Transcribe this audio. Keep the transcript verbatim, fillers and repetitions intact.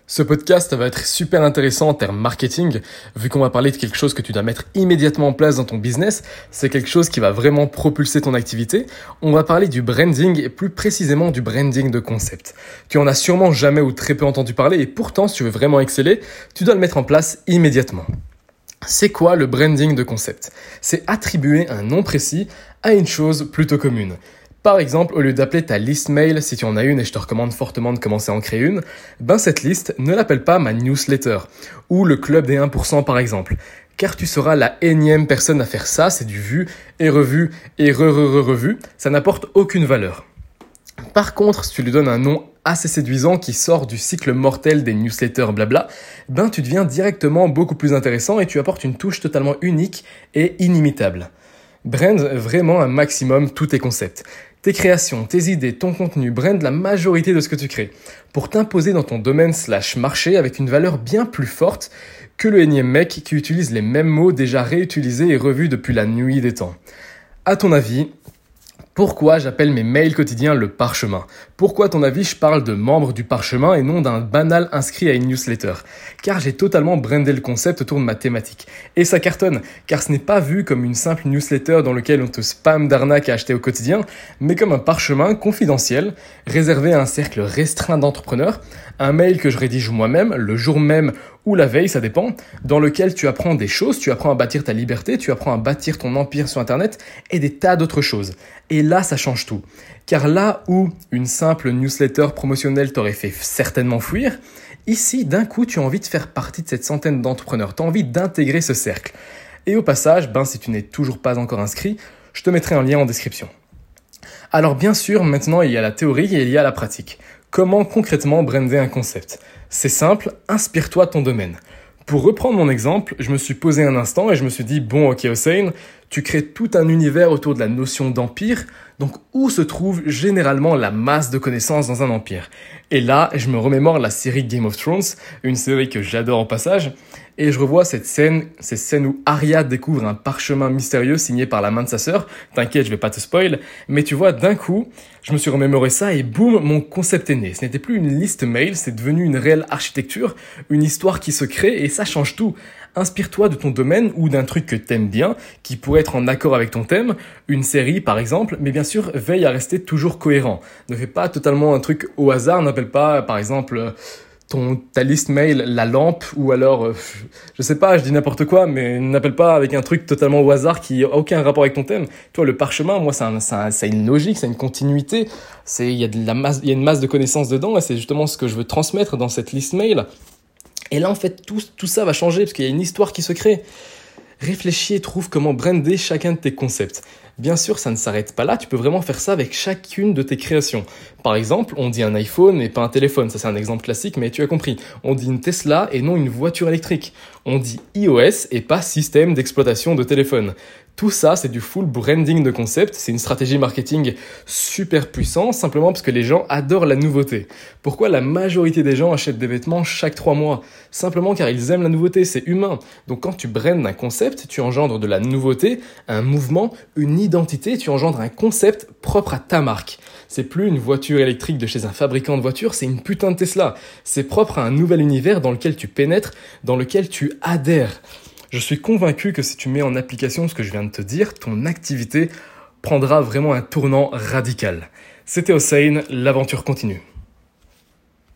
Ce podcast va être super intéressant en termes marketing, vu qu'on va parler de quelque chose que tu dois mettre immédiatement en place dans ton business. C'est quelque chose qui va vraiment propulser ton activité. On va parler du branding et plus précisément du branding de concept. Tu en as sûrement jamais ou très peu entendu parler et pourtant, si tu veux vraiment exceller, tu dois le mettre en place immédiatement. C'est quoi le branding de concept ? C'est attribuer un nom précis à une chose plutôt commune. Par exemple, au lieu d'appeler ta liste mail, si tu en as une et je te recommande fortement de commencer à en créer une, ben cette liste, ne l'appelle pas ma newsletter ou le club des un pour cent par exemple. Car tu seras la énième personne à faire ça, c'est du vu et revu et re-re-re-revu, ça n'apporte aucune valeur. Par contre, si tu lui donnes un nom assez séduisant qui sort du cycle mortel des newsletters blabla, ben tu deviens directement beaucoup plus intéressant et tu apportes une touche totalement unique et inimitable. Brand vraiment un maximum tous tes concepts. Tes créations, tes idées, ton contenu, brand la majorité de ce que tu crées pour t'imposer dans ton domaine slash marché avec une valeur bien plus forte que le énième mec qui utilise les mêmes mots déjà réutilisés et revus depuis la nuit des temps. À ton avis, pourquoi j'appelle mes mails quotidiens le parchemin ? Pourquoi, à ton avis, je parle de membre du parchemin et non d'un banal inscrit à une newsletter ? Car j'ai totalement brandé le concept autour de ma thématique. Et ça cartonne, car ce n'est pas vu comme une simple newsletter dans laquelle on te spam d'arnaques à acheter au quotidien, mais comme un parchemin confidentiel, réservé à un cercle restreint d'entrepreneurs, un mail que je rédige moi-même, le jour même ou la veille, ça dépend, dans lequel tu apprends des choses, tu apprends à bâtir ta liberté, tu apprends à bâtir ton empire sur Internet et des tas d'autres choses. Et là, ça change tout. Car là où une simple newsletter promotionnelle t'aurait fait certainement fuir, ici, d'un coup, tu as envie de faire partie de cette centaine d'entrepreneurs. Tu as envie d'intégrer ce cercle. Et au passage, ben, si tu n'es toujours pas encore inscrit, je te mettrai un lien en description. Alors bien sûr, maintenant, il y a la théorie et il y a la pratique. Comment concrètement brander un concept ? C'est simple, inspire-toi de ton domaine. Pour reprendre mon exemple, je me suis posé un instant et je me suis dit, bon ok Hossein, tu crées tout un univers autour de la notion d'empire, donc où se trouve généralement la masse de connaissances dans un empire ? Et là, je me remémore la série Game of Thrones, une série que j'adore au passage, et je revois cette scène, ces scènes où Arya découvre un parchemin mystérieux signé par la main de sa sœur. T'inquiète, je vais pas te spoil, mais tu vois, d'un coup, je me suis remémoré ça et boum, mon concept est né. Ce n'était plus une liste mail, c'est devenu une réelle architecture, une histoire qui se crée et ça change tout. Inspire-toi de ton domaine ou d'un truc que t'aimes bien, qui pourrait être en accord avec ton thème, une série par exemple, mais bien sûr, veille à rester toujours cohérent. Ne fais pas totalement un truc au hasard, n'appelle pas par exemple ton, ta liste mail la lampe ou alors, euh, je sais pas, je dis n'importe quoi, mais n'appelle pas avec un truc totalement au hasard qui n'a aucun rapport avec ton thème. Toi, le parchemin, moi, ça a, ça a une logique, ça a une continuité, c'est, il y a de la masse, il y a une masse de connaissances dedans et c'est justement ce que je veux transmettre dans cette liste mail. Et là, en fait, tout, tout ça va changer parce qu'il y a une histoire qui se crée. Réfléchis et trouve comment brander chacun de tes concepts. Bien sûr, ça ne s'arrête pas là, tu peux vraiment faire ça avec chacune de tes créations. Par exemple, on dit un iPhone et pas un téléphone, ça c'est un exemple classique, mais tu as compris. On dit une Tesla et non une voiture électrique. On dit iOS et pas système d'exploitation de téléphone. Tout ça, c'est du full branding de concept, c'est une stratégie marketing super puissante, simplement parce que les gens adorent la nouveauté. Pourquoi la majorité des gens achètent des vêtements chaque trois mois ? Simplement car ils aiment la nouveauté, c'est humain. Donc quand tu brandes un concept, tu engendres de la nouveauté, un mouvement, une identité, tu engendres un concept propre à ta marque. C'est plus une voiture électrique de chez un fabricant de voitures, c'est une putain de Tesla. C'est propre à un nouvel univers dans lequel tu pénètres, dans lequel tu adhères. Je suis convaincu que si tu mets en application ce que je viens de te dire, ton activité prendra vraiment un tournant radical. C'était Hossein, l'aventure continue.